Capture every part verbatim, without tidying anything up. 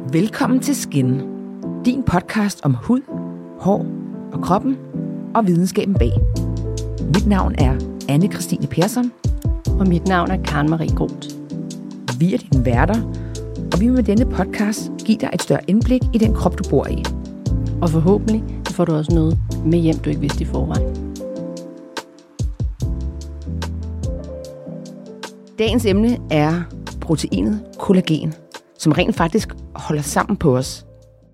Velkommen til Skin, din podcast om hud, hår og kroppen og videnskaben bag. Mit navn er Anne-Kristine Persson. Og mit navn er Karen Marie Groth. Vi er dine værter, og vi vil med denne podcast give dig et større indblik i den krop, du bor i. Og forhåbentlig får du også noget med hjem, du ikke vidste i forvejen. Dagens emne er proteinet kollagen, som rent faktisk holder sammen på os.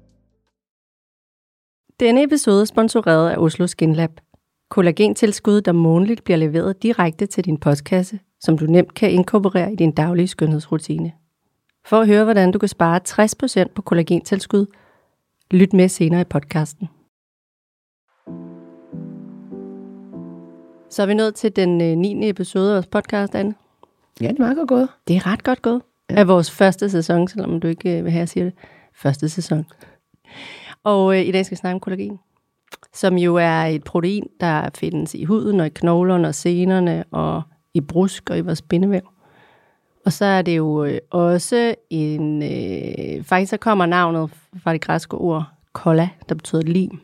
Denne episode er sponsoreret af Oslo Skin Lab. Kollagentilskud, der månedligt bliver leveret direkte til din postkasse, som du nemt kan inkorporere i din daglige skønhedsrutine. For at høre, hvordan du kan spare tres procent på kollagentilskud, lyt med senere i podcasten. Så er vi nået til den niende episode af vores podcast, Anne. Ja, det er meget godt gået. Det er ret godt gået. Ja. Af vores første sæson, selvom du ikke vil have, at sige det. Første sæson. Og øh, i dag skal vi snakke om kollagen, som jo er et protein, der findes i huden og i knoglerne og senerne og i brusk og i vores bindevæv. Og så er det jo øh, også en... Øh, faktisk så kommer navnet fra det græske ord kolla, der betyder lim.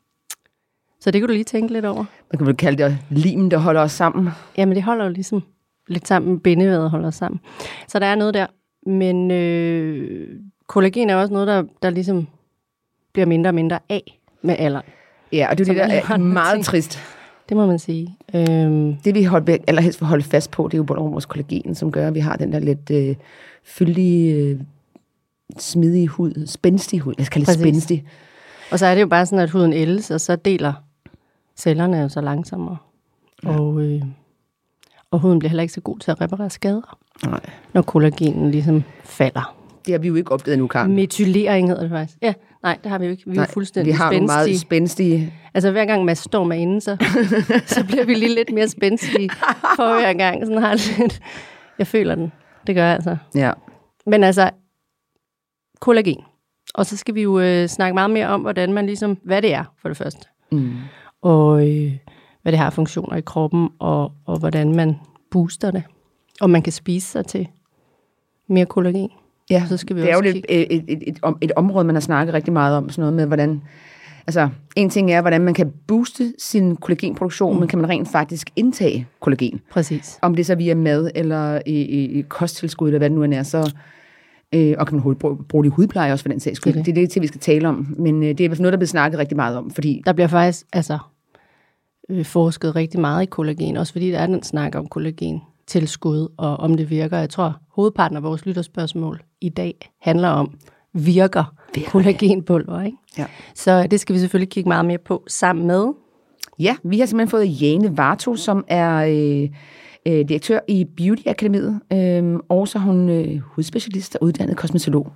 Så det kan du lige tænke lidt over. Man kan vel kalde det lim, der holder os sammen. Jamen det holder jo ligesom lidt sammen med bindevævet holder os sammen. Så der er noget der. Men øh, kollagen er også noget, der, der ligesom bliver mindre og mindre af med alderen. Ja, og det er det, der er meget ting. Trist. Det må man sige. Øhm. Det vi holder, allerhelst vil holde fast på, det er jo både vores kollagen, som gør, at vi har den der lidt øh, fyldige, øh, smidige hud, spændstige hud. Jeg skal kalde det spændstig. Og så er det jo bare sådan, at huden ældes, og så deler cellerne jo så langsommere. Ja. Og, øh, og huden bliver heller ikke så god til at reparere skader, Nej. Når kollagenen ligesom falder. Det har vi jo ikke opdaget endnu, Karen. Metylering hedder det faktisk. Ja, nej, det har vi jo ikke. Vi nej, er fuldstændig vi har spændstige. meget spændstige. Altså hver gang Mads står med inden, så, så bliver vi lige lidt mere spændstige for hver gang. Sådan har lidt. Jeg føler den. Det gør jeg altså. Ja. Men altså, kollagen. Og så skal vi jo øh, snakke meget mere om, hvordan man ligesom, hvad det er for det første. Mm. Og øh, hvad det har funktioner i kroppen, og, og hvordan man booster det. Og man kan spise sig til mere kollagen. Ja, så skal vi det er også jo et, et, et, et, et, et område, man har snakket rigtig meget om. Sådan noget med, hvordan... Altså, en ting er, hvordan man kan booste sin kollagenproduktion, mm. men kan man rent faktisk indtage kollagen. Præcis. Om det så via mad, eller i, i, i kosttilskud, eller hvad det nu end er, så... Øh, og kan man bruge, bruge det i hudpleje også for den sags skyld. Det er det, det til, vi skal tale om. Men øh, det er i hvert fald noget, der bliver snakket rigtig meget om. Fordi der bliver faktisk altså, øh, forsket rigtig meget i kollagen, også fordi der er den snak om kollagentilskud, og om det virker. Jeg tror, hovedparten af vores lytterspørgsmål i dag handler om, virker, virker kollagenpulver, ikke? Ja. Så det skal vi selvfølgelig kigge meget mere på sammen med. Ja, vi har simpelthen fået Jane Varto, som er... Øh, direktør i Beauty Akademiet, øh, og så er hun øh, hudspecialist og uddannet kosmetolog.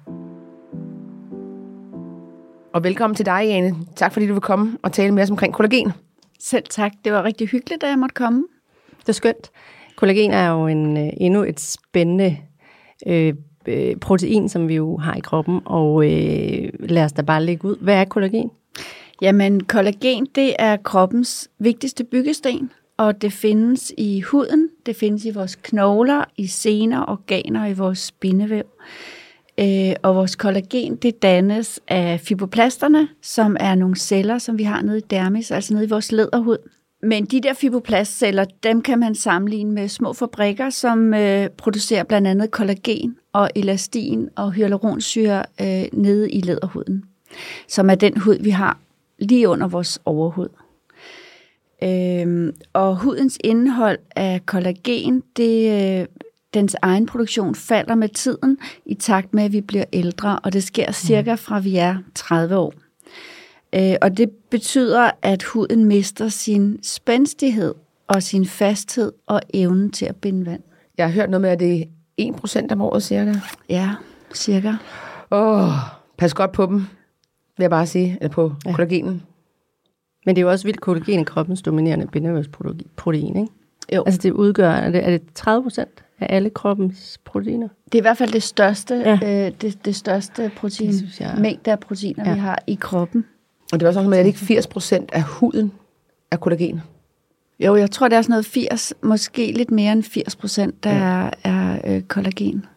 Og velkommen til dig, Jane. Tak fordi du vil komme og tale med os omkring kollagen. Selv tak. Det var rigtig hyggeligt, at jeg måtte komme. Det er skønt. Kollagen er jo en, øh, endnu et spændende øh, øh, protein, som vi jo har i kroppen, og øh, lad os da bare lægge ud. Hvad er kollagen? Jamen, kollagen, det er kroppens vigtigste byggesten. Og det findes i huden, det findes i vores knogler, i sener, organer og i vores bindevæv. Øh, og vores kollagen, det dannes af fibroplasterne, som er nogle celler, som vi har nede i dermis, altså nede i vores læderhud. Men de der fibroplastceller, dem kan man sammenligne med små fabrikker, som øh, producerer blandt andet kollagen og elastin og hyaluronsyre øh, nede i læderhuden, som er den hud, vi har lige under vores overhud. Øhm, og hudens indhold af kollagen, det, øh, dens egen produktion falder med tiden i takt med, at vi bliver ældre, og det sker cirka fra vi er tredive år. Øh, og det betyder, at huden mister sin spændstighed og sin fasthed og evnen til at binde vand. Jeg har hørt noget med, at det er en procent om året cirka. Ja, cirka. Åh, oh, pas godt på dem, vil jeg bare sige, eller på ja. kollagenen. Men det er jo også vildt, kollagen i kroppens dominerende bindevævsprotein, ikke? Jo. Altså det udgør, er det, er det tredive procent af alle kroppens proteiner? Det er i hvert fald det største, ja. øh, det, det største protein, det jeg, mængde af proteiner, ja. vi har i kroppen. Og det er også sådan, at det ikke firs procent af huden er kollagen. Jo, jeg tror, det er sådan noget firs, måske lidt mere end firs procent, der ja. er, er øh, kollagen.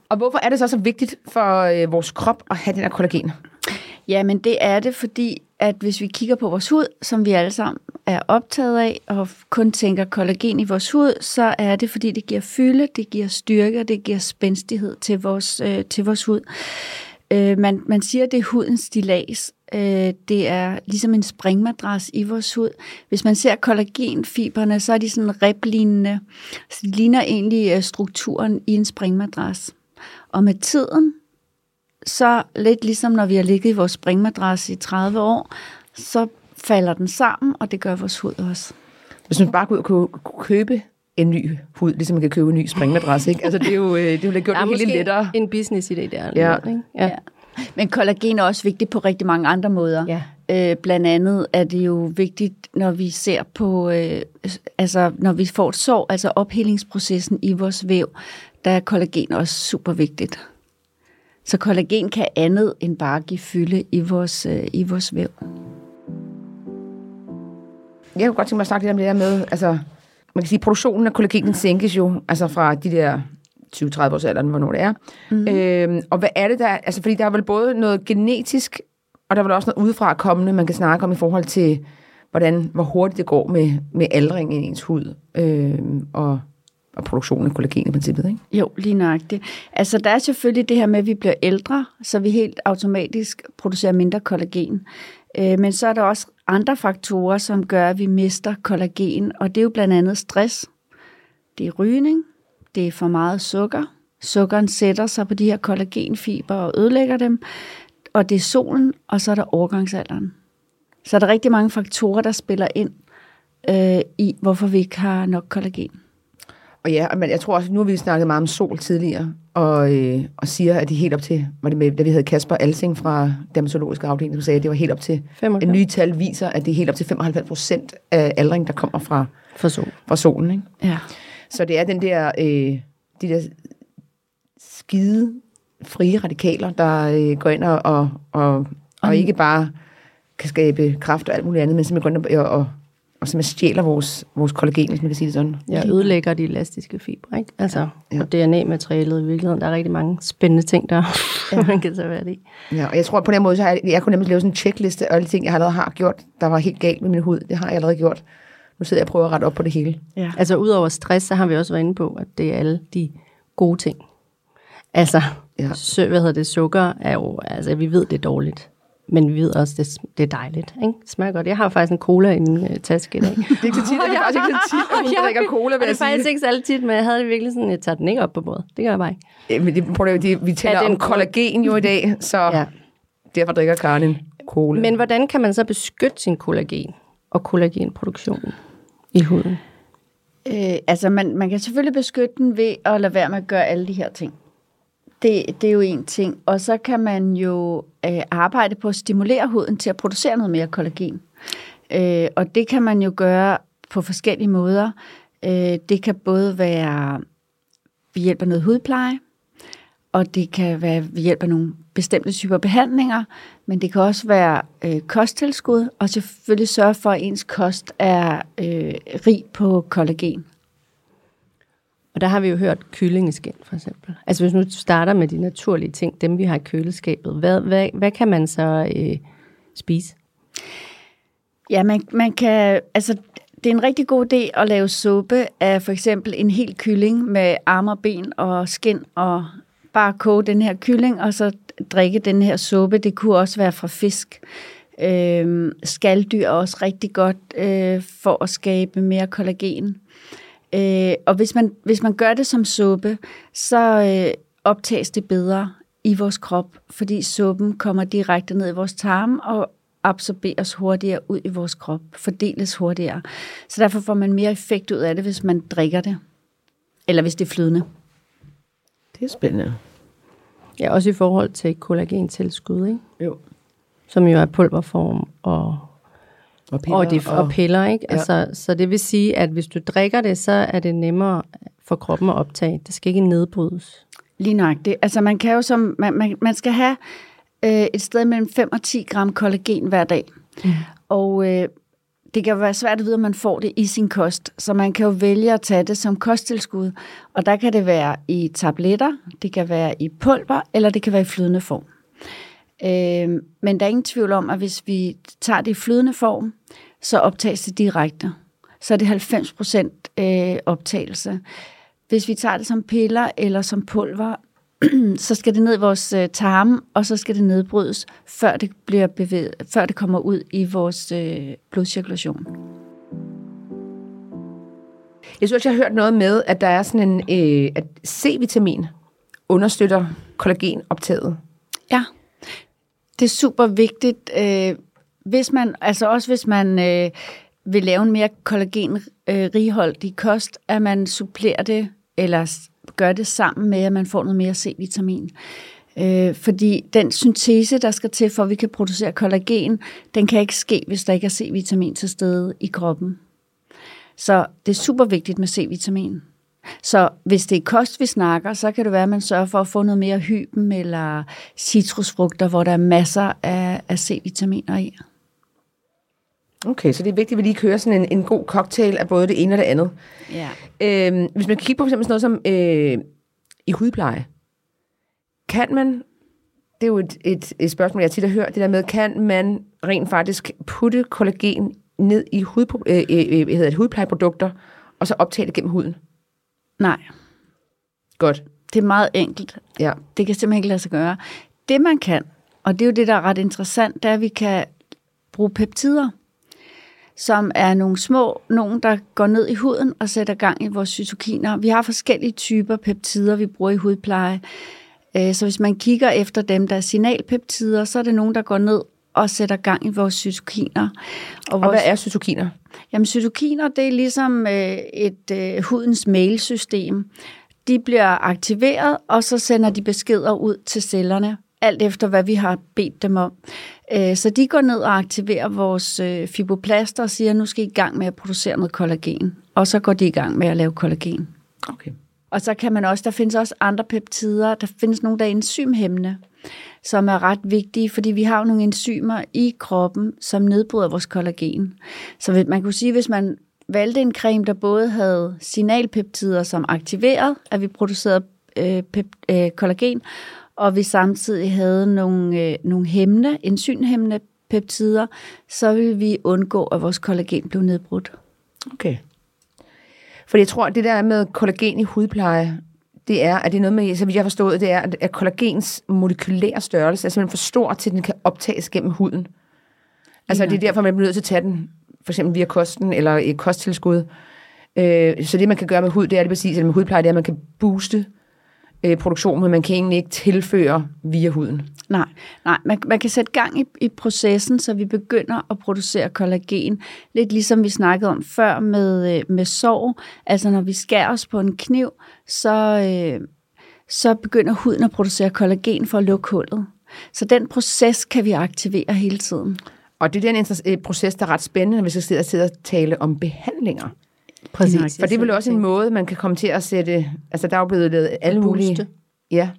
Og hvorfor er det så så vigtigt for øh, vores krop at have den her kollagen? Ja, men det er det, fordi at hvis vi kigger på vores hud, som vi alle sammen er optaget af, og kun tænker kollagen i vores hud, så er det, fordi det giver fylde, det giver styrke, det giver spændstighed til vores, øh, til vores hud. Øh, man, man siger, at det er hudens stillads. Øh, det er ligesom en springmadras i vores hud. Hvis man ser kollagenfiberne, så er de sådan reblignende. Så de ligner egentlig øh, strukturen i en springmadras. Og med tiden, så lidt ligesom når vi har ligget i vores springmadras i tredive år, så falder den sammen, og det gør vores hud også. Hvis man bare går ud og kunne, kunne købe en ny hud, ligesom man kan købe en ny springmadras, ikke? Altså, det er jo, det er jo gjort det helt lettere. En business i det der. Ja. Noget, ikke? Ja. Ja. Men kollagen er også vigtigt på rigtig mange andre måder. Ja. Øh, blandt andet er det jo vigtigt, når vi ser på, øh, altså når vi får et sår, altså ophelingsprocessen i vores væv, der er kollagen også super vigtigt. Så kollagen kan andet end bare give fylde i vores, øh, i vores væv. Jeg kunne godt tænke mig at snakke lidt om det der med, altså, man kan sige, at produktionen af kollagen sænkes jo, altså fra de der tyve til tredive års alderen, hvornår det er. Mm. Øhm, og hvad er det der, altså fordi der er vel både noget genetisk, og der er vel også noget udefra kommende, man kan snakke om i forhold til, hvordan, hvor hurtigt det går med, med aldring i ens hud, øhm, og, og produktionen af kollagen i princippet, ikke? Jo, lige nøjagtigt. Altså der er selvfølgelig det her med, at vi bliver ældre, så vi helt automatisk producerer mindre kollagen. Øh, men så er der også andre faktorer, som gør, at vi mister kollagen, og det er jo blandt andet stress, det er rygning, det er for meget sukker. Sukkeren sætter sig på de her kollagenfiber og ødelægger dem. Og det er solen, og så er der overgangsalderen. Så er der rigtig mange faktorer, der spiller ind øh, i, hvorfor vi ikke har nok kollagen. Og ja, men jeg tror også, nu har vi snakket meget om sol tidligere, og, øh, og siger, at det er helt op til, var det med, da vi havde Kasper Alsing fra dermatologiske afdeling, som sagde, at det var helt op til, femoghalvfems En nye tal viser, at det er helt op til femoghalvfems procent af aldring, der kommer fra, fra, sol. fra solen, ikke? Ja. Så det er den der, øh, de der skide frie radikaler, der øh, går ind og, og, og, og ikke bare kan skabe kraft og alt muligt andet, men simpelthen går ind og, og, og simpelthen stjæler vores, vores kollagen, hvis man kan sige det sådan. Ja, ødelægger de elastiske fibre, ikke? Altså, ja. Og D N A-materialet i virkeligheden, der er rigtig mange spændende ting, der ja. man kan tage værd i. Ja, og jeg tror på den måde, så har jeg, jeg kunne nemlig lave sådan en checkliste af alle ting, jeg allerede har gjort, der var helt galt med min hud. Det har jeg allerede gjort. Nu sidder jeg og prøver at rette op på det hele. Ja. Altså, udover stress, så har vi også været inde på, at det er alle de gode ting. Altså, ja. sø, hvad hedder det, sukker er jo, altså vi ved, det er dårligt. Men vi ved også, det, det er dejligt. Ikke? Det smager godt. Jeg har faktisk en cola i min uh, taske i dag. Det er ikke så tit, det er faktisk ikke så tit, at hun drikker cola, vil jeg sige. Det er faktisk ikke så altid tit, men jeg havde det virkelig sådan, jeg tager den ikke op på bordet. Det gør jeg bare ikke. Ja, men det, prøv det, det, vi taler om kollagen jo i dag, så ja. derfor drikker Karen en cola. Men hvordan kan man så beskytte sin kollagen og kollagenproduktionen i huden? Øh, altså, man, man kan selvfølgelig beskytte den ved at lade være med at gøre alle de her ting. Det, det er jo en ting. Og så kan man jo øh, arbejde på at stimulere huden til at producere noget mere kollagen. Øh, og det kan man jo gøre på forskellige måder. Øh, det kan både være ved hjælp af noget hudpleje, og det kan være ved hjælp af nogle bestemte typer behandlinger, men det kan også være øh, kosttilskud, og selvfølgelig sørge for, at ens kost er øh, rig på kollagen. Og der har vi jo hørt kyllingeskind, for eksempel. Altså hvis nu starter med de naturlige ting, dem vi har i køleskabet, hvad, hvad, hvad kan man så øh, spise? Ja, man, man kan, altså det er en rigtig god idé at lave suppe af for eksempel en hel kylling med arme og ben og skind, og bare koge den her kylling, og så drikke den her suppe. Det kunne også være fra fisk. Øh, skaldyr er også rigtig godt øh, for at skabe mere kollagen. Øh, og hvis man, hvis man gør det som suppe, så øh, optages det bedre i vores krop, fordi suppen kommer direkte ned i vores tarme og absorberes hurtigere ud i vores krop, fordeles hurtigere. Så derfor får man mere effekt ud af det, hvis man drikker det, eller hvis det er flydende. Det er spændende. Ja, også i forhold til kollagentilskud, ikke? Jo. Som jo er pulverform og Og piller, og, de, og, og piller, ikke? Ja. Altså, så det vil sige, at hvis du drikker det, så er det nemmere for kroppen at optage. Det skal ikke nedbrydes. Lige nøjagtigt. Altså man kan jo som, man, man, man skal have øh, et sted mellem fem og ti gram kollagen hver dag. Mm. Og øh, det kan være svært at vide, om man får det i sin kost, så man kan jo vælge at tage det som kosttilskud, og der kan det være i tabletter, det kan være i pulver, eller det kan være i flydende form. Øh, men der er ingen tvivl om, at hvis vi tager det i flydende form, så optages det direkte. Så er det halvfems procent øh, optagelse. Hvis vi tager det som piller eller som pulver, så skal det ned i vores øh, tarme, og så skal det nedbrydes, før det, bliver bevæget, før det kommer ud i vores øh, blodcirkulation. Jeg synes, jeg har hørt noget med, at der er sådan en, øh, at C-vitamin understøtter kollagenoptaget. Ja, det er super vigtigt. Øh, hvis man, altså også hvis man øh, vil lave en mere kollagenrigholdig kost, at man supplerer det, eller gør det sammen med, at man får noget mere C-vitamin. Øh, fordi den syntese, der skal til, for at vi kan producere kollagen, den kan ikke ske, hvis der ikke er C-vitamin til stede i kroppen. Så det er super vigtigt med C-vitamin. Så hvis det er kost, vi snakker, så kan det være, at man sørger for at få noget mere hyben eller citrusfrugter, hvor der er masser af, af C-vitaminer i. Okay, så det er vigtigt, at vi lige kører sådan en, en god cocktail af både det ene og det andet. Ja. Øhm, hvis man kigger på for eksempel sådan noget som øh, i hudpleje, kan man, det er jo et, et, et spørgsmål, jeg tit har hørt, det der med, kan man rent faktisk putte kollagen ned i hud, øh, øh, hvad hedder det, hudplejeprodukter, og så optage det gennem huden? Nej. Godt. Det er meget enkelt. Ja. Det kan simpelthen ikke lade sig gøre. Det man kan, og det er jo det, der er ret interessant, det er, at vi kan bruge peptider, som er nogle små, nogle der går ned i huden og sætter gang i vores cytokiner. Vi har forskellige typer peptider, vi bruger i hudpleje. Så hvis man kigger efter dem, der er signalpeptider, så er det nogle, der går ned og sætter gang i vores cytokiner. Og, og vores, hvad er cytokiner? Jamen cytokiner, det er ligesom øh, et øh, hudens mailsystem. De bliver aktiveret, og så sender de beskeder ud til cellerne, alt efter hvad vi har bedt dem om. Så de går ned og aktiverer vores fibroplaster og siger, at nu skal I i gang med at producere noget kollagen. Og så går de i gang med at lave kollagen. Okay. Og så kan man også, der findes også andre peptider, der findes nogle, der er enzymhæmmende, som er ret vigtige, fordi vi har jo nogle enzymer i kroppen, som nedbryder vores kollagen. Så man kunne sige, hvis man valgte en creme, der både havde signalpeptider, som aktiverede, at vi producerede øh, pep- øh, kollagen, og vi samtidig havde nogle, øh, nogle hæmmende, enzymhæmmende peptider, så ville vi undgå, at vores kollagen blev nedbrudt. Okay. For jeg tror, at det der med kollagen i hudpleje, det er, at det er noget med, så vidt jeg har forstået, det er, at kollagens molekylære størrelse er simpelthen for stor til, at den kan optages gennem huden. Altså, ja. Det er derfor, man bliver nødt til at tage den, for eksempel via kosten eller et kosttilskud. Øh, så det, man kan gøre med hud, det er det præcis, eller med hudpleje, det er, at man kan booste produktion, men man kan egentlig ikke tilføre via huden. Nej, nej man, man kan sætte gang i, i processen, så vi begynder at producere kollagen. Lidt ligesom vi snakkede om før med, med sår. Altså når vi skærer os på en kniv, så, øh, så begynder huden at producere kollagen for at lukke hullet. Så den proces kan vi aktivere hele tiden. Og det er en inter- proces, der er ret spændende, hvis vi skal sidde og tale om behandlinger. Præcis. For det er vel også en måde, man kan komme til at sætte... Altså, der er jo blevet lavet alle mulige... Ja.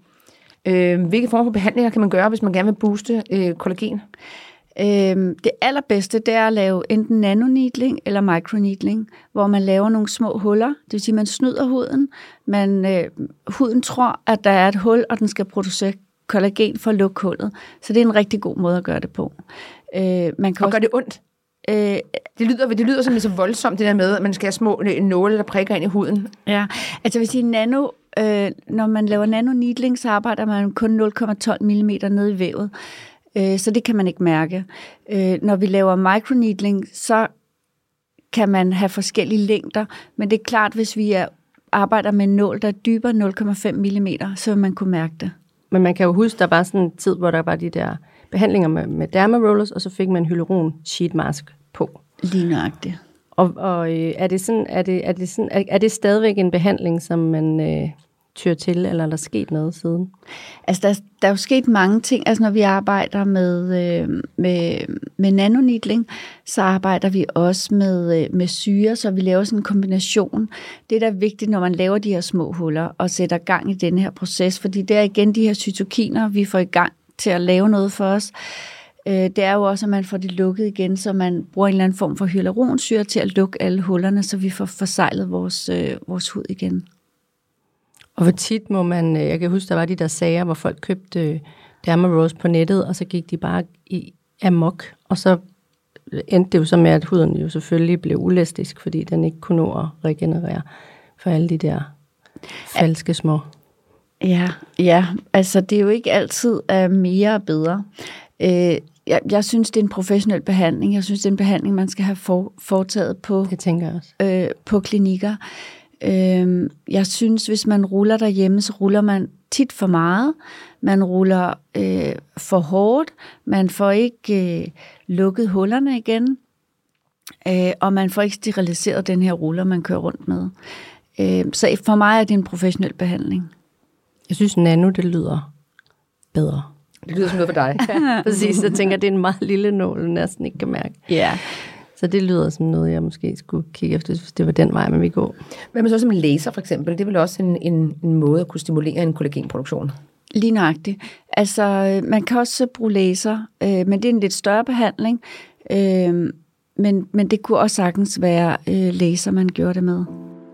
Øh, hvilke former for behandlinger kan man gøre, hvis man gerne vil booste øh, kollagen? Øh, det allerbedste, det er at lave enten nanoneedling eller microneedling, hvor man laver nogle små huller. Det vil sige, at man snyder huden. Man, øh, huden tror, at der er et hul, og den skal producere kollagen for at lukke hullet. Så det er en rigtig god måde at gøre det på. Øh, man kan og også... gør det ondt? Øh, det lyder, det lyder som så voldsomt, det der med, at man skal have små nåle, der prikker ind i huden. Ja, altså hvis I nano, øh, når man laver nanoneedling, så arbejder man kun nul komma tolv millimeter nede i vævet, øh, så det kan man ikke mærke. Øh, når vi laver microneedling, så kan man have forskellige længder, men det er klart, hvis vi er, arbejder med en nål, der er dybere nul komma fem millimeter, så vil man kunne mærke det. Men man kan jo huske, der var sådan en tid, hvor der var de der behandlinger med, med dermarollers, og så fik man hyaluron sheet mask på. Lige nøjagtigt. Og, og øh, er det sådan, er det, er det sådan, er, er det stadigvæk en behandling, som man øh, tyr til, eller er der sket noget siden? Altså, der, der er jo sket mange ting. Altså, når vi arbejder med, øh, med, med nanoneedling, så arbejder vi også med, øh, med syre, så vi laver sådan en kombination. Det, der er vigtigt, når man laver de her små huller, og sætter gang i den her proces, fordi det er igen de her cytokiner, vi får i gang til at lave noget for os. Øh, det er jo også, at man får det lukket igen, så man bruger en eller anden form for hyaluronsyre til at lukke alle hullerne, så vi får forsejlet vores, øh, vores hud igen. Og hvor tit må man, jeg kan huske, der var de der sager, hvor folk købte Dermarose på nettet, og så gik de bare i amok, og så endte det jo så med, at huden jo selvfølgelig blev ulæstisk, fordi den ikke kunne nå at regenerere for alle de der falske små. Ja, ja, altså det er jo ikke altid uh, mere og bedre. Uh, jeg, jeg synes, det er en professionel behandling. Jeg synes, det er en behandling, man skal have for, foretaget på, det tænker jeg også. Uh, på klinikker. Uh, jeg synes, hvis man ruller derhjemme, så ruller man tit for meget. Man ruller uh, for hårdt. Man får ikke uh, lukket hullerne igen. Uh, og man får ikke steriliseret den her ruller, man kører rundt med. Uh, så for mig er det en professionel behandling. Jeg synes, nano, det lyder bedre. Det lyder som noget for dig. Ja, præcis. Jeg tænker, det er en meget lille nål, jeg næsten ikke kan mærke. Ja. Så det lyder som noget, jeg måske skulle kigge efter, hvis det var den vej, man vil gå. Hvad med så som laser, for eksempel? Det er vel også en, en, en måde at kunne stimulere en kollagenproduktion? Lige nøjagtigt. Altså, man kan også bruge laser, øh, men det er en lidt større behandling. Øh, men, men det kunne også sagtens være øh, laser, man gjorde det med.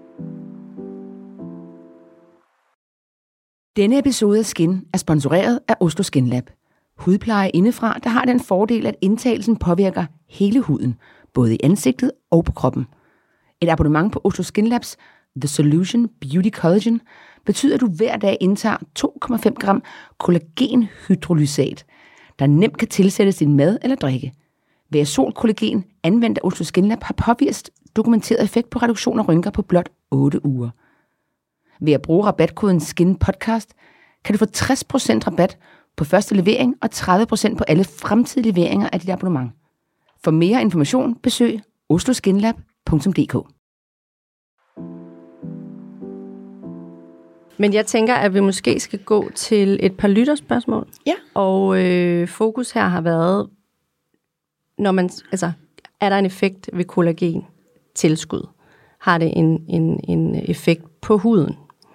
Denne episode af Skin er sponsoreret af Oslo Skin Lab. Hudpleje indefra, der har den fordel, at indtagelsen påvirker hele huden, både i ansigtet og på kroppen. Et abonnement på Oslo Skin Labs The Solution Beauty Collagen betyder, at du hver dag indtager to komma fem gram kollagenhydrolysat, der nemt kan tilsættes din mad eller drikke. Versol Kollagen, anvendt af Oslo Skin Lab, har påvist dokumenteret effekt på reduktion af rynker på blot otte uger. Ved at bruge rabatkoden SKINPODCAST kan du få tres procent rabat på første levering og tredive procent på alle fremtidige leveringer af dit abonnement. For mere information besøg osloskinlab punktum d k. Men jeg tænker, at vi måske skal gå til et par lytterspørgsmål. Ja. Og øh, fokus her har været, når man, altså, er der en effekt ved kollagen tilskud? Har det en, en, en effekt på huden?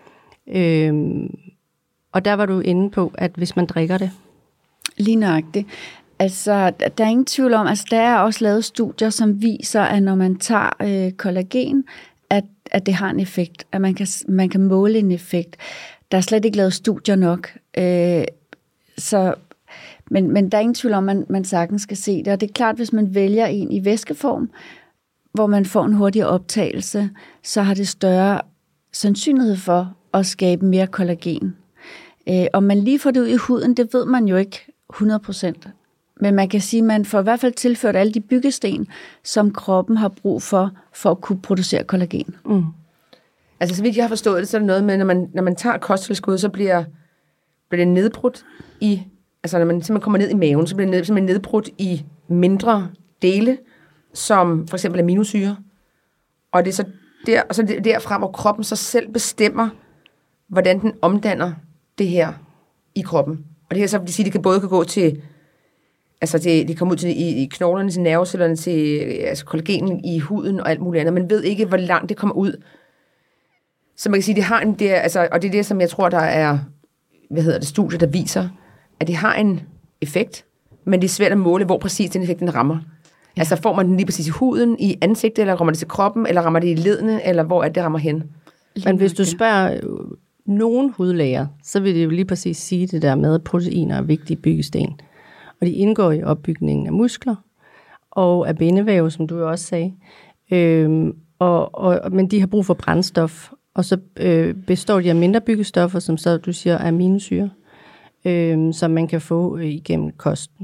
Øhm, og der var du inde på, at hvis man drikker det. Lige nøjagtigt. Altså, der er ingen tvivl om, altså der er også lavet studier, som viser, at når man tager øh, kollagen, at, at det har en effekt, at man kan, man kan måle en effekt. Der er slet ikke lavet studier nok. Øh, så, men, men der er ingen tvivl om, at man, man sagtens skal se det. Og det er klart, hvis man vælger en i væskeform, hvor man får en hurtigere optagelse, så har det større sandsynlighed for at skabe mere kollagen. Øh, om man lige får det ud i huden, det ved man jo ikke hundrede procent. Men man kan sige, at man får i hvert fald tilført alle de byggesten, som kroppen har brug for, for at kunne producere kollagen. Mm. Altså, så vidt jeg har forstået det, så er det noget med, når man, når man tager kosttilskud, så bliver, bliver det nedbrudt i, altså når man simpelthen kommer ned i maven, så bliver det ned, simpelthen nedbrudt i mindre dele, som for eksempel aminosyre. Og det er så, der, og så det derfra, hvor kroppen så selv bestemmer, hvordan den omdanner det her i kroppen. Og det her så vil sige, det kan både kan gå til, altså det, det kommer ud til i, i knoglerne, til nervecellerne, til altså kollagen i huden og alt muligt andet. Man ved ikke, hvor langt det kommer ud. Så man kan sige, det har en, det er, altså, og det er det, som jeg tror, der er, hvad hedder det, studier, der viser, at det har en effekt, men det er svært at måle, hvor præcis den effekt, den rammer. Ja. Altså får man den lige præcis i huden, i ansigtet, eller rammer det til kroppen, eller rammer det i ledene, eller hvor er det, det rammer hen? Men hvis du spørger nogen hudlæger, så vil det jo lige præcis sige det der med, at proteiner er vigtige byggesten. Og de indgår i opbygningen af muskler og af bindevæv, som du jo også sagde. Øhm, og, og, men de har brug for brændstof, og så øh, består de af mindre byggestoffer, som så du siger er aminosyre, øh, som man kan få øh, igennem kosten.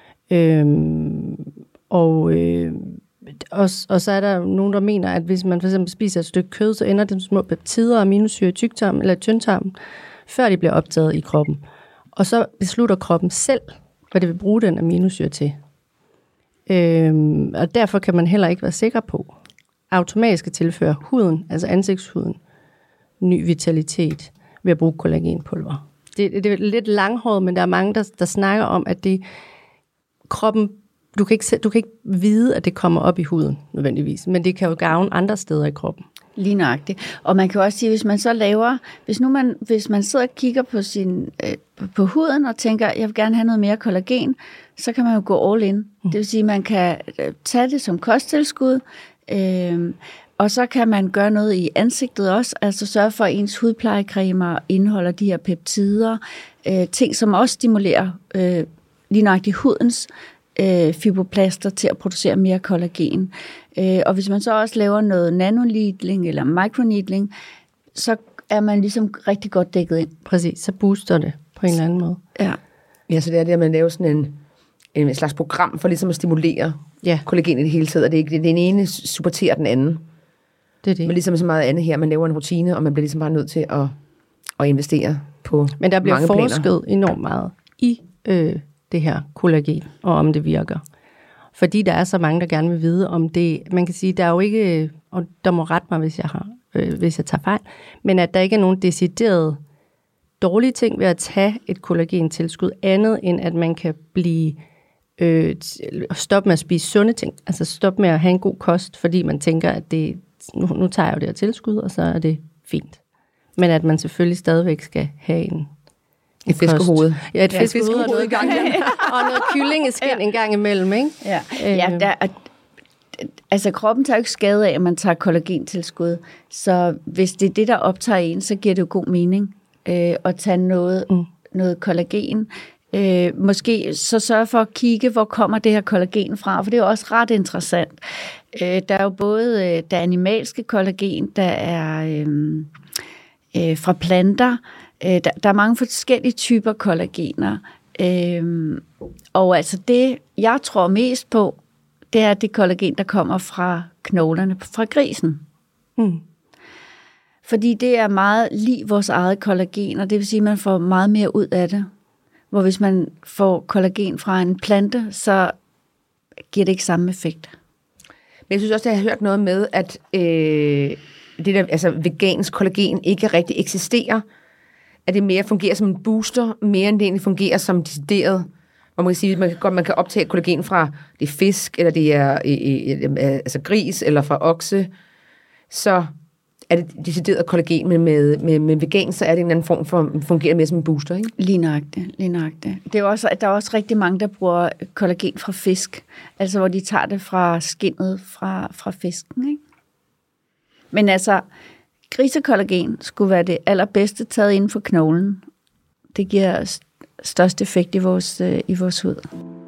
Øhm, og, øh, og, og så er der nogen, der mener, at hvis man for eksempel spiser et stykke kød, så ender det små peptider og aminosyre i tyktarmen eller tyndtarmen, før de bliver optaget i kroppen. Og så beslutter kroppen selv, hvad det vil bruge den aminosyre til. Øhm, og derfor kan man heller ikke være sikker på automatisk at tilføre huden, altså ansigtshuden, ny vitalitet ved at bruge kollagenpulver. Det, det er lidt langhåret, men der er mange, der, der snakker om, at det kroppen, du kan, ikke, du kan ikke vide, at det kommer op i huden nødvendigvis, men det kan jo gavne andre steder i kroppen. Lige nøjagtigt. Og man kan også sige, hvis man så laver, hvis nu man, hvis man sidder og kigger på, sin, øh, på huden og tænker, jeg vil gerne have noget mere kollagen, så kan man jo gå all in. Mm. Det vil sige, man kan tage det som kosttilskud, øh, og så kan man gøre noget i ansigtet også, altså sørge for, at ens hudplejecremer indeholder de her peptider, øh, ting, som også stimulerer øh, lige nøjagtigt hudens øh, fibroplaster til at producere mere kollagen. Øh, og hvis man så også laver noget nanoneedling eller microneedling, så er man ligesom rigtig godt dækket ind. Præcis, så booster det på en eller anden måde. Ja, ja så det er det, at man laver sådan en, en slags program for ligesom at stimulere ja. kollagen i det hele taget, og det er ikke den ene supporterer den anden. Det er det. Men ligesom så meget andet her, man laver en rutine, og man bliver ligesom bare nødt til at, at investere på Men der bliver mange forsket planer. enormt meget i øh, det her kollagen, og om det virker. Fordi der er så mange, der gerne vil vide, om det... Man kan sige, der er jo ikke... Og der må rette mig, hvis jeg, har, øh, hvis jeg tager fejl. Men at der ikke er nogen decideret dårlige ting ved at tage et kollagentilskud, andet end at man kan blive... Øh, stoppe med at spise sunde ting. Altså stoppe med at have en god kost, fordi man tænker, at det... Nu, nu tager jeg jo det her tilskud, og så er det fint. Men at man selvfølgelig stadigvæk skal have en... Et fiskehoved. Ja, et ja, fiskehoved og noget, gang, og noget kyllingeskin ja. en gang imellem, ikke? Ja, ja der er, altså kroppen tager jo ikke skade af, at man tager kollagentilskud. Så hvis det er det, der optager en, så giver det jo god mening øh, at tage noget, mm. noget kollagen. Øh, måske så sørge for at kigge, hvor kommer det her kollagen fra, for det er jo også ret interessant. Øh, der er jo både øh, der animalske kollagen, der er øh, øh, fra planter. Der, der er mange forskellige typer kollagener, øhm, og altså det, jeg tror mest på, det er det kollagen, der kommer fra knoglerne fra grisen. Mm. Fordi det er meget lig vores eget kollagen, og det vil sige, at man får meget mere ud af det. Hvor hvis man får kollagen fra en plante, så giver det ikke samme effekt. Men jeg synes også, at jeg har hørt noget med, at øh, det der, altså vegansk kollagen ikke rigtig eksisterer, at det mere fungerer som en booster, mere end det egentlig fungerer som decideret. Og man kan sige, at man kan, man kan optage kollagen fra det er fisk, eller det er øh, øh, altså gris, eller fra okse. Så er det decideret kollagen, men med, med, med vegan, så er det en anden form for, fungerer mere som en booster, ikke? Lige nøjagtigt, lige nøjagtigt. Det er også, der er også rigtig mange, der bruger kollagen fra fisk, altså hvor de tager det fra skindet fra, fra fisken, ikke? Men altså... Grisekollagen skulle være det allerbedste taget inden for knoglen. Det giver størst effekt i vores, øh, i vores hud.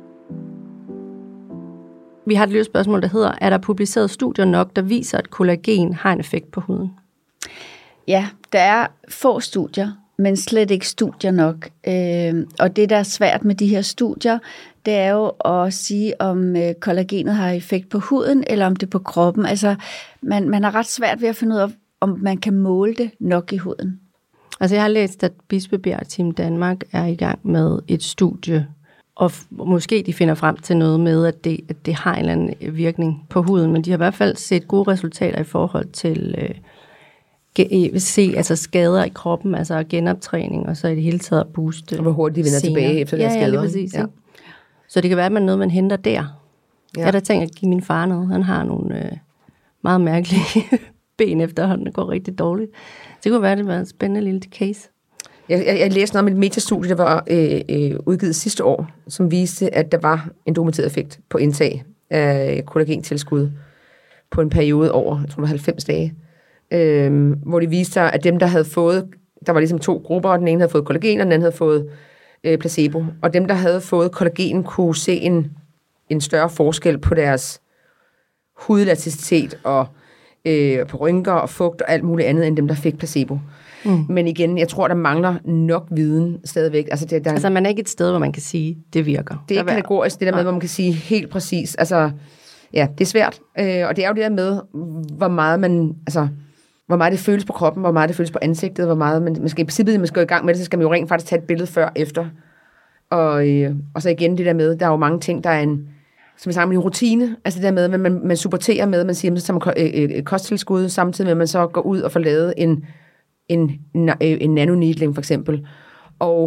Vi har et lille spørgsmål, der hedder, er der publiceret studier nok, der viser, at kollagen har en effekt på huden? Ja, der er få studier, men slet ikke studier nok. Øh, og det, der er svært med de her studier, det er jo at sige, om øh, kollagenet har effekt på huden, eller om det er på kroppen. Altså, man, man har ret svært ved at finde ud af, om man kan måle det nok i huden. Altså jeg har læst, at Bispebjerg Team Danmark er i gang med et studie, og f- måske de finder frem til noget med, at det, at det har en eller anden virkning på huden, men de har i hvert fald set gode resultater i forhold til øh, ge- se, altså skader i kroppen, altså genoptræning, og så i det hele taget at booste. Og hvor hurtigt de vender senere. tilbage efter ja, deres skader. Ja, lige præcis. Ja. Så det kan være, at man noget, man henter der. Ja. Jeg har da tænkt at give min far noget. Han har nogle øh, meget mærkelige... ben efterhånden, det går rigtig dårligt. Det kunne være, det var en spændende lille case. Jeg, jeg, jeg læste noget om et metastudie, der var øh, øh, udgivet sidste år, som viste, at der var en dokumenteret effekt på indtag af kollagentilskud på en periode over, jeg tror det var halvfems dage, øh, hvor det viste sig, at dem, der havde fået, der var ligesom to grupper, og den ene havde fået kollagen, og den anden havde fået øh, placebo. Og dem, der havde fået kollagen, kunne se en, en større forskel på deres hudelasticitet og øh, på rynker og fugt og alt muligt andet, end dem, der fik placebo. Mm. Men igen, jeg tror, der mangler nok viden stadigvæk. Altså, det, der, altså man er ikke et sted, hvor man kan sige, det virker. Det er ikke kategorisk, det der med, hvor man kan sige helt præcis. Altså, ja, det er svært. Øh, og det er jo det der med, hvor meget man, altså, hvor meget det føles på kroppen, hvor meget det føles på ansigtet, hvor meget man, man skal i princippet, man skal gå i gang med det, så skal man jo rent faktisk tage et billede før og efter. Og, øh, og så igen det der med, der er jo mange ting, der er en, som vi snakker med en rutine, altså det der med, at man, man supporterer med, man siger, så tager man et kosttilskud, samtidig med, at man så går ud og får lavet en, en, en nanoneedling for eksempel. Og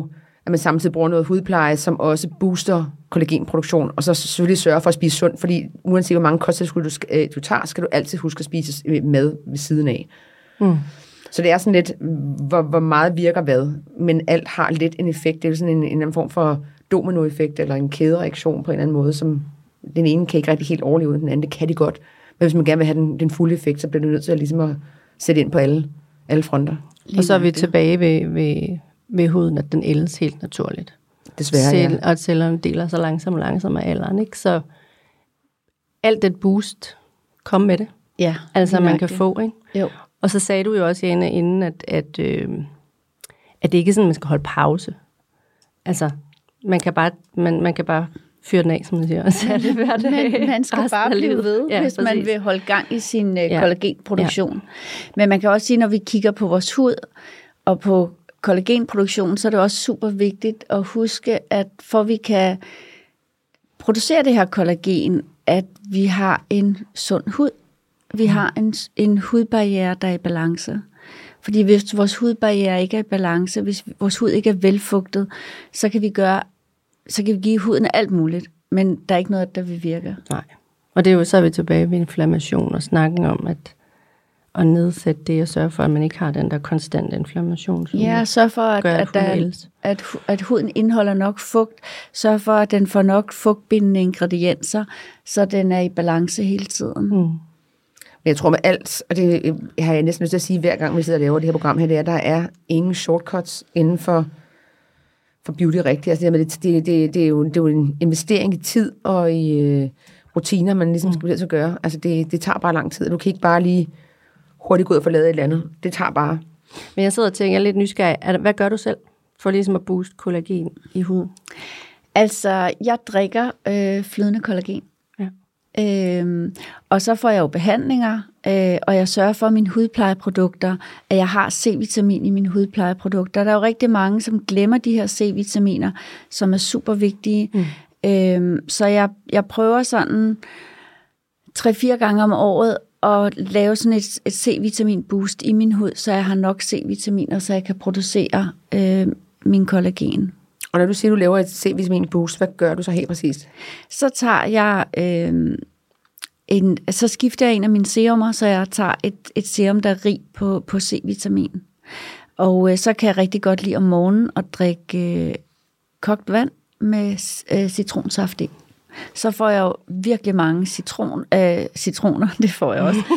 at man samtidig bruger noget hudpleje, som også booster kollagenproduktion, og så selvfølgelig sørge for at spise sundt, fordi uanset hvor mange kosttilskud du, skal, du tager, skal du altid huske at spise mad ved siden af. Mm. Så det er sådan lidt, hvor, hvor meget virker hvad, men alt har lidt en effekt. Det er sådan en, en anden form for dominoeffekt, eller en kædereaktion på en eller anden måde, som den ene kan ikke rigtig helt overleve, den anden det kan de godt. Men hvis man gerne vil have den, den fulde effekt, så bliver du nødt til at, ligesom at sætte ind på alle, alle fronter. Og så er vi tilbage ved, ved, ved huden, at den ældes helt naturligt. Desværre, Cell, ja. Og cellerne deler så langsomt og langsomt af alderen, ikke? Så alt det boost, kom med det. Ja. Altså, man kan få, ikke? Jo. Og så sagde du jo også, Jane, inden, at, at, øh, at det ikke er sådan, at man skal holde pause. Altså, man kan bare, man, man kan bare fyre den af, som man siger, og sætte det hver dag. Men man skal bare blive ved, ja, hvis præcis. Man vil holde gang i sin øh, ja. kollagenproduktion. Ja. Men man kan også sige, når vi kigger på vores hud og på kollagenproduktion, så er det også super vigtigt at huske, at for vi kan producere det her kollagen, at vi har en sund hud. Vi har en, en hudbarriere, der er i balance. Fordi hvis vores hudbarriere ikke er i balance, hvis vores hud ikke er velfugtet, så kan vi gøre, så kan vi give huden alt muligt, men der er ikke noget, der vil virke. Nej. Og det er jo så er vi tilbage ved inflammation og snakken om at, at nedsætte det og sørge for, at man ikke har den der konstante inflammation. Ja, sørg for, at, gør, at, der, at, at huden indeholder nok fugt. Sørg for, at den får nok fugtbindende ingredienser, så den er i balance hele tiden. Mm. Men jeg tror med alt, og det har jeg næsten lyst til at sige hver gang, vi sidder og laver det her program her, det er, der er ingen shortcuts inden for, for beauty rigtigt. Altså det, det, det, det, er jo, det er jo en investering i tid og i øh, rutiner, man ligesom skal til at gøre. Altså det, det tager bare lang tid. Du kan ikke bare lige hurtigt gå ud og få lavet et eller andet. Det tager bare. Men jeg sidder og tænker, jeg er lidt nysgerrig. Hvad gør du selv for ligesom at booste kollagen i huden? Altså, jeg drikker øh, flydende kollagen. Øhm, og så får jeg jo behandlinger, øh, og jeg sørger for mine hudplejeprodukter, at jeg har C-vitamin i mine hudplejeprodukter. Der er jo rigtig mange, som glemmer de her C-vitaminer, som er super vigtige. Mm. Øhm, så jeg, jeg prøver sådan tre-fire gange om året at lave sådan et, et C-vitamin boost i min hud, så jeg har nok C-vitaminer, så jeg kan producere øh, min kollagen. Og når du siger, at du laver et C-vitamin boost, hvad gør du så helt præcist? Så tager jeg øh, en, så skifter jeg en af mine serumer, så jeg tager et, et serum, der er rig på, på C-vitamin. Og øh, så kan jeg rigtig godt lide om morgenen at drikke øh, kogt vand med øh, citronsaft i. Så får jeg jo virkelig mange citron, øh, citroner, det får jeg også.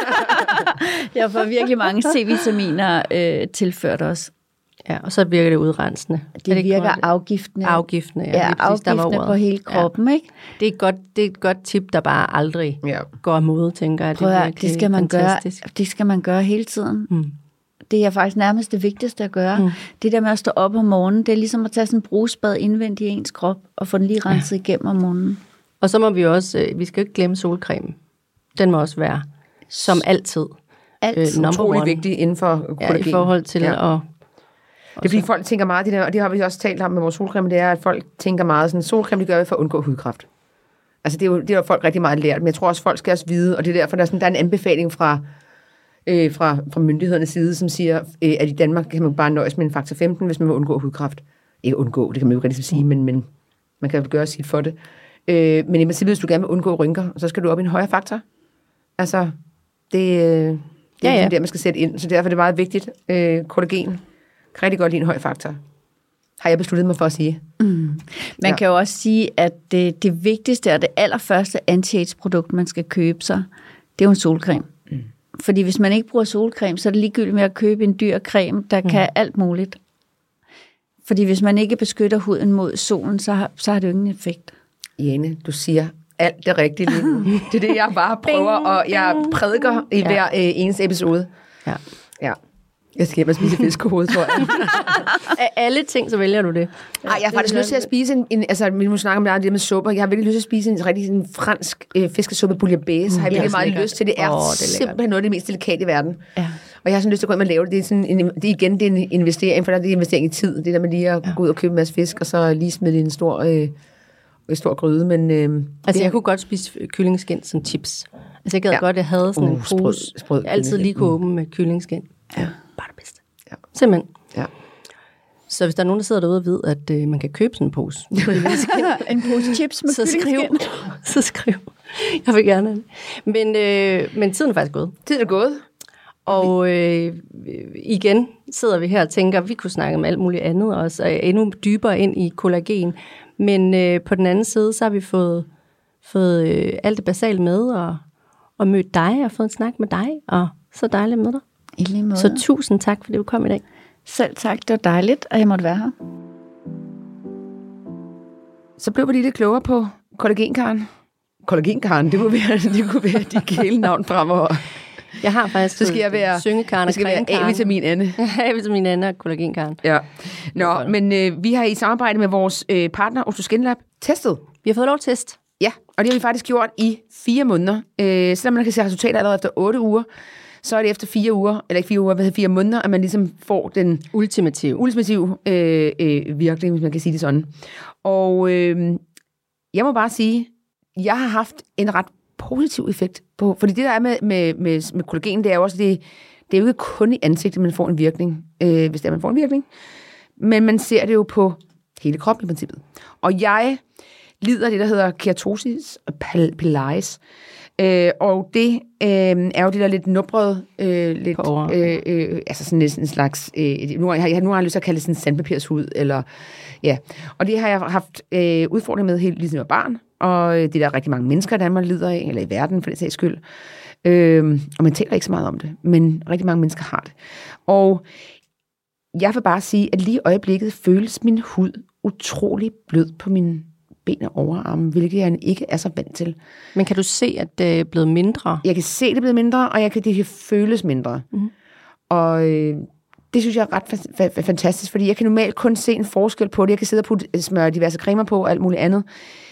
Jeg får virkelig mange C-vitaminer øh, tilført også. Ja, og så virker det udrensende. Det, det virker godt? afgiftende. Afgiftende, ja. Ja, afgiftende på hele kroppen, ja. Ikke? Det er, et godt, det er et godt tip, der bare aldrig ja. går af mode, tænker jeg. Det, er at, det, skal man gøre, det skal man gøre hele tiden. Mm. Det er faktisk nærmest det vigtigste at gøre. Mm. Det der med at stå op om morgenen, det er ligesom at tage sådan en brusbad indvendigt i ens krop, og få den lige renset ja. igennem om morgenen. Og så må vi også, vi skal ikke glemme solcreme. Den må også være, som altid, altid. Øh, utrolig vigtig inden for kollagen. Ja, i forhold til ja. at... Det er fordi folk tænker meget, det der, og det har vi også talt om med vores solcreme, det er, at folk tænker meget sådan, solcreme, det gør vi for at undgå hudkræft. Altså det er jo, det er jo folk rigtig meget lært, men jeg tror også, folk skal også vide, og det er derfor, der er, sådan, der er en anbefaling fra, øh, fra, fra myndighedernes side, som siger, øh, at i Danmark kan man bare nøjes med en faktor femten, hvis man vil undgå hudkræft. Ikke undgå, det kan man jo ikke rigtig sige, men, men man kan gøre sit for det. Øh, men i princippet, hvis du gerne vil undgå rynker, så skal du op i en højere faktor. Altså, det, det er ja, ja. der, man skal sætte ind, så derfor er det meget vigtigt. Øh, kollagen kan rigtig godt lide en høj faktor. Har jeg besluttet mig for at sige. Mm. Man ja. kan jo også sige, at det, det vigtigste og det allerførste anti-age-produkt, man skal købe sig, det er jo en solcreme. Mm. Fordi hvis man ikke bruger solcreme, så er det ligegyldigt med at købe en dyr creme, der mm. kan alt muligt. Fordi hvis man ikke beskytter huden mod solen, så har, så har det jo ingen effekt. Jane, du siger alt det rigtige lige nu. Det er det, jeg bare prøver, og jeg prædiker i ja. hver øh, eneste episode. Ja. Ja. Jeg skal hjem og spise fiskehoved, tror jeg. Af alle ting, så vælger du det. Nej, jeg har faktisk lyst til at spise en, en altså, vi må snakke om det med supper. Jeg har virkelig lyst til at spise en rigtig en fransk øh, fiskesuppe bouillabaisse. Mm, har jeg virkelig meget lækkert. lyst til. Det er, oh, det er simpelthen noget af det mest delikate i verden. Ja. Og jeg har sådan lyst til at gå ind og lave det. Det er, sådan en, det er igen det er en investering, for der er det investering i tid. Det der med lige at ja. gå ud og købe en masse fisk, og så lige smide det i en stor, øh, en stor gryde. Men, øh, altså, jeg kunne godt spise kyllingeskind som chips. Altså, jeg gad ja. godt, at jeg havde sådan uh, en pose. Sprød, sprød jeg altid lige kunne åbne med kyllingeskind. Ja. Bare det bedste. Ja. Simpelthen. Ja. Så hvis der er nogen, der sidder derude og ved, at øh, man kan købe sådan en pose, en pose chips med så skriv, kyllingeskin. så skriv. Jeg vil gerne have det. Men, øh, men tiden er faktisk gået. Tiden er gået. Og øh, igen sidder vi her og tænker, at vi kunne snakke om alt muligt andet også, og endnu dybere ind i kollagen. Men øh, på den anden side, så har vi fået, fået øh, alt det basale med, og, og mødt dig, og fået en snak med dig, og så dejligt med dig. I lige måde. Så tusind tak, fordi du kom i dag. Selv tak, det var dejligt, at jeg måtte være her. Så blev vi lige lidt klogere på kollagenkaren. Kollagenkaren, det kunne være, det kunne være dit kælenavn fremover. Jeg har faktisk så skal jeg være, syngekaren og skal være A-vitamin Anne. A-vitamin Anne og kollagenkaren. Ja. Nå, men øh, vi har i samarbejde med vores øh, partner, Ostogen Lab, testet. Vi har fået lov at teste. Ja, og det har vi faktisk gjort i fire måneder. Øh, selvom man kan se resultater allerede efter otte uger, så er det efter fire uger, eller ikke fire uger, hvad fire måneder, at man ligesom får den ultimative, ultimative øh, øh, virkning, hvis man kan sige det sådan. Og øh, jeg må bare sige, jeg har haft en ret positiv effekt på, fordi det der er med, med, med, med kollagen, det er jo også, det, det er jo ikke kun i ansigtet, man får en virkning, øh, hvis det er, man får en virkning, men man ser det jo på hele kroppen i princippet. Og jeg lider af det, der hedder keratosis og pilaris, øh, og det øh, er jo det der lidt nubrede, øh, lidt, øh, øh, altså sådan næsten en slags, øh, nu har jeg, nu har jeg lyst til at kalde det sådan en sandpapirshud, eller ja, og det har jeg haft øh, udfordring med helt ligesom jeg var barn, og det er der rigtig mange mennesker, der man lider af, eller i verden for det sags skyld. Øh, og man taler ikke så meget om det, men rigtig mange mennesker har det. Og jeg vil bare sige, at lige i øjeblikket føles min hud utrolig blød på mine ben og overarme, hvilket jeg ikke er så vant til. Men kan du se, at det er blevet mindre? Jeg kan se, at det er blevet mindre, og jeg kan, det kan føles mindre. Mm. Og øh, det synes jeg er ret fa- fa- fantastisk, fordi jeg kan normalt kun se en forskel på det. Jeg kan sidde og putte, smøre diverse cremer på og alt muligt andet.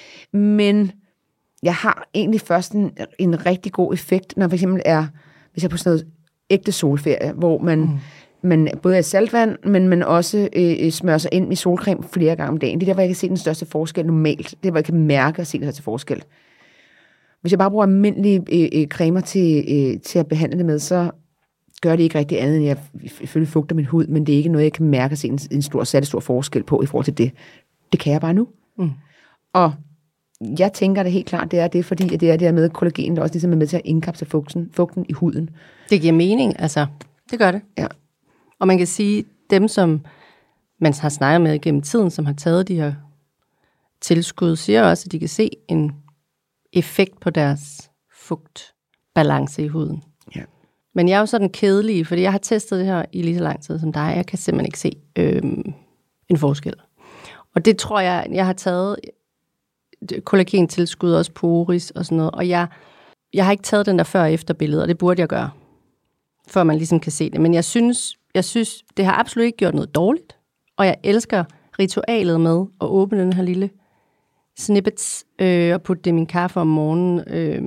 Men jeg har egentlig først en, en rigtig god effekt, når for eksempel er, hvis jeg er på sådan noget ægte solferie, hvor man, mm. man både er saltvand, men man også øh, smører sig ind i solcreme flere gange om dagen. Det er der, hvor jeg kan se den største forskel normalt. Det er, hvor jeg kan mærke og se den største forskel. Hvis jeg bare bruger almindelige øh, øh, cremer til, øh, til at behandle det med, så gør det ikke rigtig andet, end jeg selvfølgelig fugter min hud, men det er ikke noget, jeg kan mærke og se en, en stor, særlig stor forskel på i forhold til det. Det kan jeg bare nu. Mm. Og jeg tænker det helt klart, det er det, fordi det er det med kollagen, der også ligesom er med til at indkapsle fugten, fugten i huden. Det giver mening, altså. Det gør det. Ja. Og man kan sige, dem som man har snakket med gennem tiden, som har taget de her tilskud, siger også, at de kan se en effekt på deres fugtbalance i huden. Ja. Men jeg er jo sådan kedelig, fordi jeg har testet det her i lige så lang tid som dig. Jeg kan simpelthen ikke se øhm, en forskel. Og det tror jeg, jeg har taget kollagentilskud, også Poris og sådan noget, og jeg, jeg har ikke taget den der før- og efterbillede, og det burde jeg gøre, før man ligesom kan se det. Men jeg synes, jeg synes, det har absolut ikke gjort noget dårligt, og jeg elsker ritualet med at åbne den her lille snippets øh, og putte det i min kaffe om morgenen. Øh.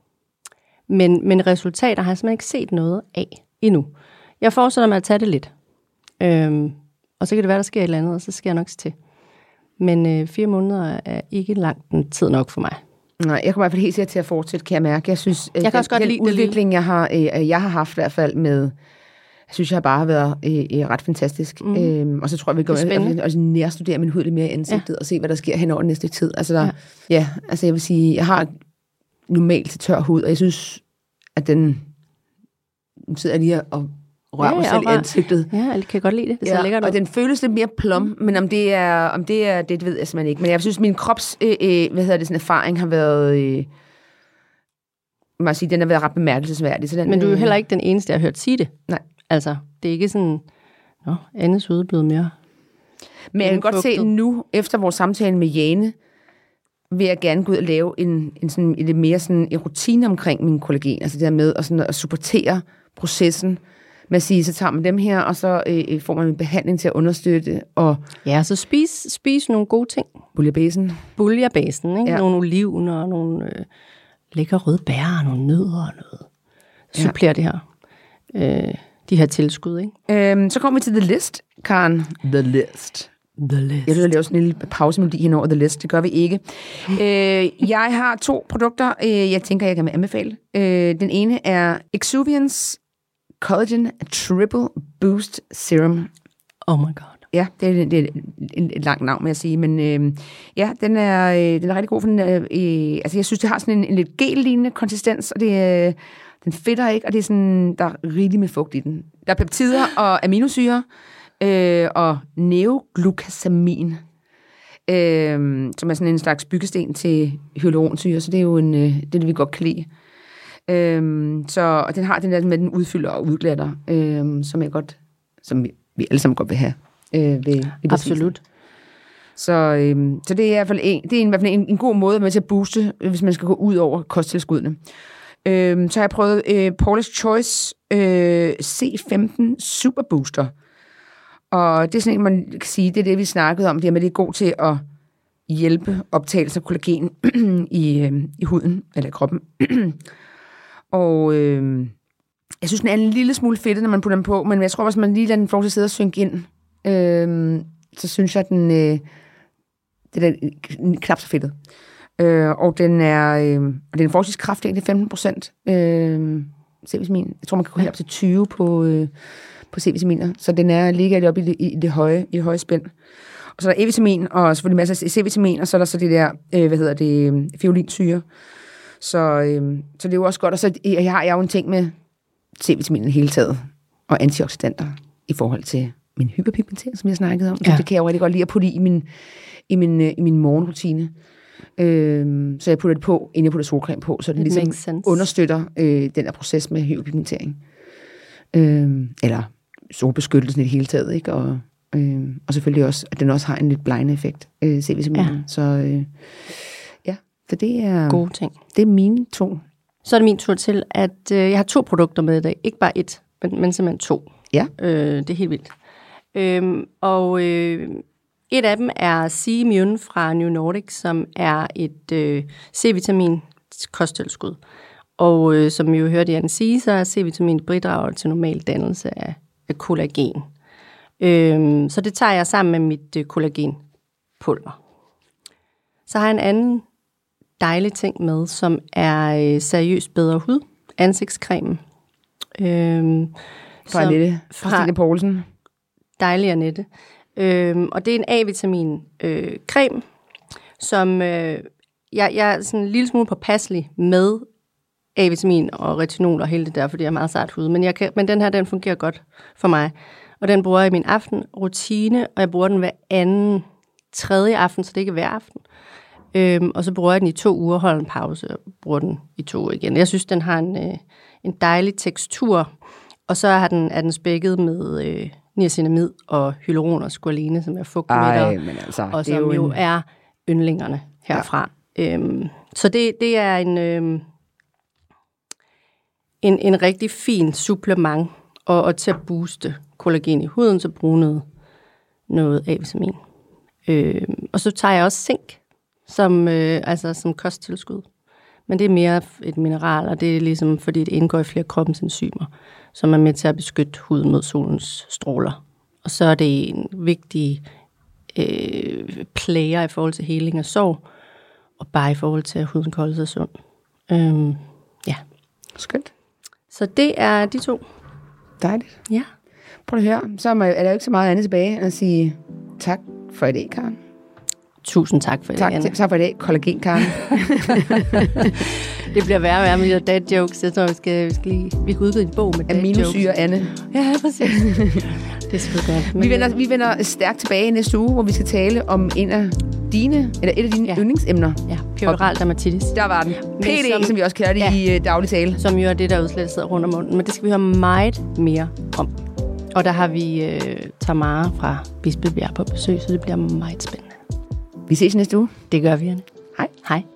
Men, men resultater har jeg simpelthen ikke set noget af endnu. Jeg fortsætter med at tage det lidt. Øh, og så kan det være, der sker et eller andet, og så skal jeg nok se til. Men øh, fire måneder er ikke langt en tid nok for mig. Nej, jeg kommer i hvert fald helt sikkert til at fortsætte, kan jeg mærke. Jeg synes, jeg kan den, også godt den lide udvikling, jeg har, øh, jeg har haft i hvert fald med, jeg synes, jeg har bare været øh, ret fantastisk. Mm. Øhm, og så tror jeg, vi går og, og nærstudere min hud lidt mere i ansigtet, ja. Og se, hvad der sker hen over den næste tid. Altså, der, ja. ja, altså jeg vil sige, jeg har normalt til tør hud, og jeg synes, at den, nu sidder jeg lige og rører ja, mig selv i ansigtet. Ja, jeg kan godt lide det. Det ser ja, lækkert ud. Og den føles lidt mere plum, mm. men om det er, om det er, det ved jeg simpelthen ikke. Men jeg synes, min krops, øh, øh, hvad hedder det, sådan erfaring har været, øh, må jeg sige, den har været ret bemærkelsesværdig. Så den, men du er jo heller ikke den eneste, jeg har hørt sige det. Nej. Altså, det er ikke sådan, nå, Annes hud er blevet mere. Men jeg kan godt se nu, efter vores samtale med Jane, vil jeg gerne gå ud og lave en, en, sådan, en lidt mere sådan, en rutine omkring min kollagen. Altså det der med at, sådan, at supportere processen. Med at sige, så tager man dem her, og så øh, får man en behandling til at understøtte. Og ja, så spis, spis nogle gode ting. Bouillabaisen. Bouillabaisen, ikke? Ja. Nogle oliven og nogle øh, lækre røde bær og nogle nødder og noget. Supplerer ja. det her. Øh, de her tilskud, ikke? Øhm, så kommer vi til The List, Karen. The List. The List. Jeg vil lave sådan en lille pausemelodi hen over The List. Det gør vi ikke. øh, jeg har to produkter, øh, jeg tænker, jeg kan anbefale. Øh, den ene er Exuviance Collagen Triple Boost Serum. Oh my god. ja, det er, det er et, et langt navn, med at sige, men øh, ja, den er, øh, den er rigtig god, for den er, øh, altså jeg synes, det har sådan en, en lidt gel-lignende konsistens, og det øh, den fedter ikke, og det er sådan, der er rigeligt med fugt i den. Der er peptider og aminosyre, øh, og neoglucasamin, øh, som er sådan en slags byggesten til hyaluronsyre, så det er jo en, øh, det, er det, vi godt kan lide. Øh, så, og den har den der med, den udfylder og udglatter, øh, som jeg godt, som vi, vi alle sammen godt vil have. Øh, ved, Absolut. Så, øh, så det er i hvert fald en, det er i hvert fald en, en god måde med til at booste, hvis man skal gå ud over kosttilskuddene. Øh, så har jeg prøvet øh, Paula's Choice øh, C femten Super Booster. Og det er sådan en, man kan sige, det er det, vi snakkede om, det er med, det er god til at hjælpe optagelse af kollagen i, øh, i huden, eller i kroppen. Og øh, jeg synes, den er en lille smule fedtet, når man putter den på, men jeg tror, hvis man lige lader den få til at sidde og synke ind, øh, så synes jeg, at den øh, det er knap så fedtet. Øh, og den er øh, og den er forholdsvis kraftig, det er femten procent øh, C-vitamin. Jeg tror, man kan gå helt op til tyve på, øh, på C-vitaminer, så den er ligger lidt oppe i det, i det høje, i det høje spænd. Og så er der E-vitamin, og selvfølgelig masser af C-vitamin, og så er der så det der, øh, hvad hedder det, fiolinsyre. Så, øh, så det er jo også godt, og så jeg har jeg jo en ting med C-vitaminen hele taget, og antioxidanter i forhold til min hyperpigmentering, som jeg snakkede om. Ja. Så det kan jeg jo rigtig godt lide at putte i, i min, i min, i min morgenrutine. Øh, så jeg putter det på, inden jeg putter solcreme på, så den It ligesom understøtter øh, den her proces med hyperpigmentering. Øh, eller solbeskyttelsen i det hele taget, ikke? Og, øh, og selvfølgelig også, at den også har en lidt blegne effekt, øh, C-vitaminen. Ja. Så øh, ja, så det er... Gode ting. Det er mine to. Så er det min tur til, at øh, jeg har to produkter med i dag. Ikke bare et, men, men simpelthen to. Ja. Øh, det er helt vildt. Øhm, og øh, et af dem er C-Immune fra New Nordic, som er et øh, C-vitamin kosttilskud. Og øh, som vi jo hørte Jan sige, så er C-vitamin bidrager til normal dannelse af, af kollagen. Øhm, så det tager jeg sammen med mit øh, kollagenpulver. Så har jeg en anden dejlig ting med, som er øh, seriøst bedre hud. Ansigtscremen. Øhm, fra Annette. Fra Stine Poulsen. Dejlig Annette. Øhm, og det er en A-vitamin øh, creme, som øh, jeg, jeg er sådan en lille smule påpasselig med A-vitamin og retinol og hele det der, fordi jeg er meget sart hud. Men, jeg kan, men den her, den fungerer godt for mig. Og den bruger jeg i min aftenrutine, og jeg bruger den hver anden, tredje aften, så det ikke er hver aften. Øhm, og så bruger jeg den i to uger, holder en pause og bruger den i to uger igen. Jeg synes, den har en, øh, en dejlig tekstur, og så har den, er den spækket med øh, niacinamid og hyaluron og squalene, som er fugtmætter, altså, og som jo, jo en... er yndlingerne herfra. Ja. Øhm, så det, det er en, øhm, en, en rigtig fin supplement, og, og til at booste kollagen i huden, så bruge noget, noget A-vitamin. Øhm, og så tager jeg også zink, som, øh, altså, som kosttilskud. Men det er mere et mineral, og det er ligesom, fordi det indgår i flere kroppens enzymer, som er med til at beskytte huden mod solens stråler. Og så er det en vigtig øh, player i forhold til heling af sår, og bare i forhold til, at huden kan holde sig sund. Øhm, ja. Skønt. Så det er de to. Dejligt. Ja. Prøv at høre, så er der jo ikke så meget andet tilbage end at sige tak for i dag, Karen. Tusind tak for det, tak, Anne. Tak for i dag, kollagen, Karen. Det bliver værre og værre med de der dad jokes. Jeg tror, vi skal, vi skal lige... Vi kan udgive en bog med dad jokes. Aminosyre, Anne. Ja, præcis. Det er sgu godt. Men... Vi, vender, vi vender stærkt tilbage næste uge, hvor vi skal tale om en af dine, eller et af dine ja. yndlingsemner. Ja, perioral dermatitis. Der var den. P D, som, som vi også kalder det ja. i uh, daglig tale. Som jo er det, der udslæt sidder rundt om munden. Men det skal vi høre meget mere om. Og der har vi uh, Tamara fra Bispebjerg på besøg, så det bliver meget spændende. Vi ses næste uge. Det gør vi, Anne. Hej. Hej.